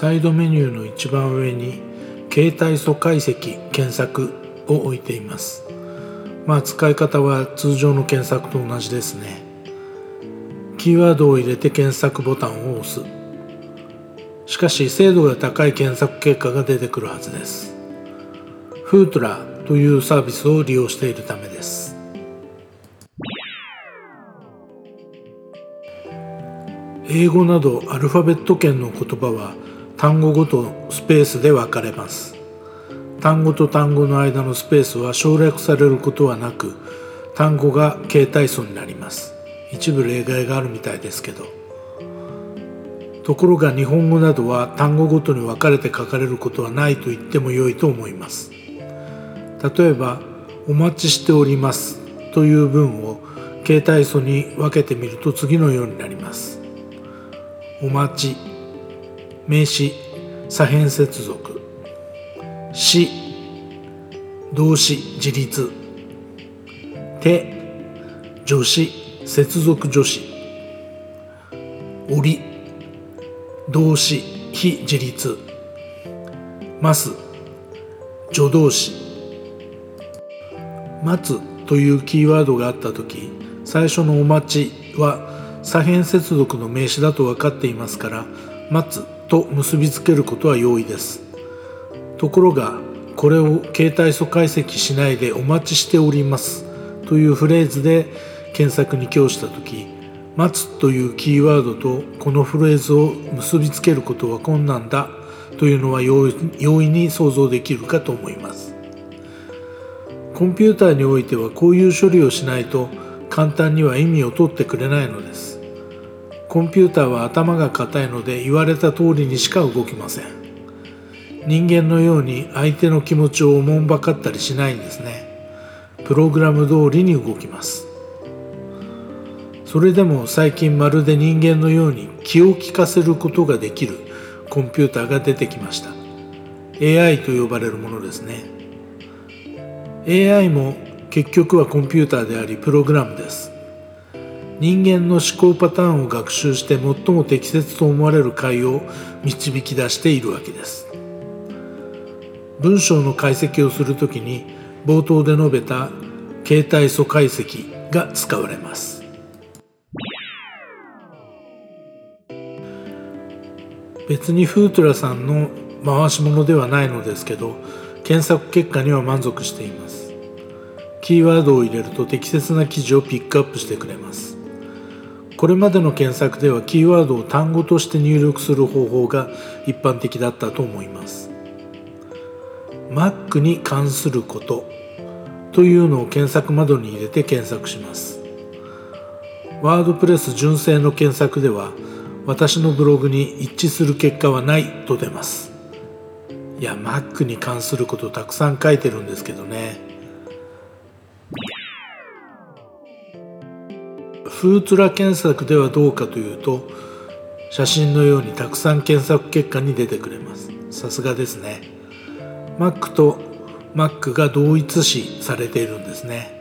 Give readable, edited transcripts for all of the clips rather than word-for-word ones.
サイドメニューの一番上に携帯素解析検索を置いています。使い方は通常の検索と同じですね。キーワードを入れて検索ボタンを押す。しかし精度が高い検索結果が出てくるはずです。フートラというサービスを利用しているためです。英語などアルファベット圏の言葉は単語ごとスペースで分かれます。単語と単語の間のスペースは省略されることはなく、単語が形態素になります。一部例外があるみたいですけど。ところが日本語などは単語ごとに分かれて書かれることはないと言っても良いと思います。例えば、お待ちしておりますという文を形態素に分けてみると次のようになります。お待ち、名詞、左辺接続、し、動詞、自立、て、助詞、接続助詞、おり、動詞、非自立、ます、助動詞。待つというキーワードがあったとき、最初のお待ちは左辺接続の名詞だと分かっていますから、待つと結びつけることは容易です。ところが、これを携帯素解析しないでお待ちしておりますというフレーズで検索に寄与したとき、待つというキーワードとこのフレーズを結びつけることは困難だというのは容易に想像できるかと思います。コンピューターにおいてはこういう処理をしないと簡単には意味を取ってくれないのです。コンピューターは頭が固いので言われた通りにしか動きません。人間のように相手の気持ちをおもんばかったりしないんですね。プログラム通りに動きます。それでも最近まるで人間のように気を利かせることができるコンピューターが出てきました。AI と呼ばれるものですね。AI も結局はコンピューターでありプログラムです。人間の思考パターンを学習して最も適切と思われる解を導き出しているわけです。文章の解析をするときに冒頭で述べた形態素解析が使われます。別にフートラさんの回し物ではないのですけど、検索結果には満足しています。キーワードを入れると適切な記事をピックアップしてくれます。これまでの検索ではキーワードを単語として入力する方法が一般的だったと思います。Mac に関することというのを検索窓に入れて検索します。ワードプレス純正の検索では私のブログに一致する結果はないと出ます。いや、Mac に関することたくさん書いてるんですけどね。フートラ検索ではどうかというと、写真のようにたくさん検索結果に出てくれます。さすがですね。Mac と Mac が同一視されているんですね。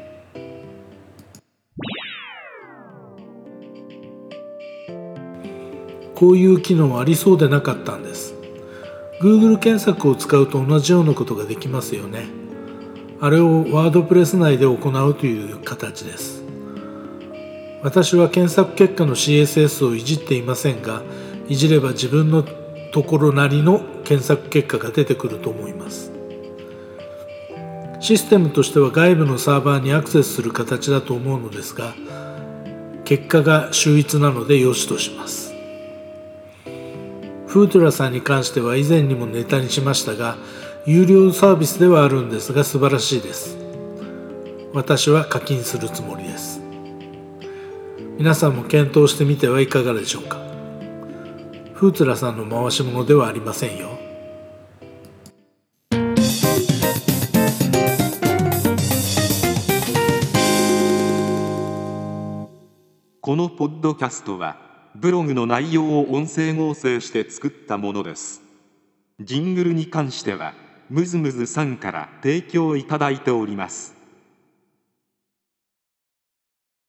こういう機能はありそうでなかったんです。Google 検索を使うと同じようなことができますよね。あれをワードプレス内で行うという形です。私は検索結果の CSS をいじっていませんが、いじれば自分のところなりの検索結果が出てくると思います。システムとしては外部のサーバーにアクセスする形だと思うのですが、結果が秀逸なので良しとします。フートラさんに関しては以前にもネタにしましたが、有料サービスではあるんですが素晴らしいです。私は課金するつもりです。皆さんも検討してみてはいかがでしょうか。フートラさんの回し物ではありませんよ。 このポッドキャストはブログの内容を音声合成して作ったものです。ジングルに関してはムズムズさんから提供いただいております。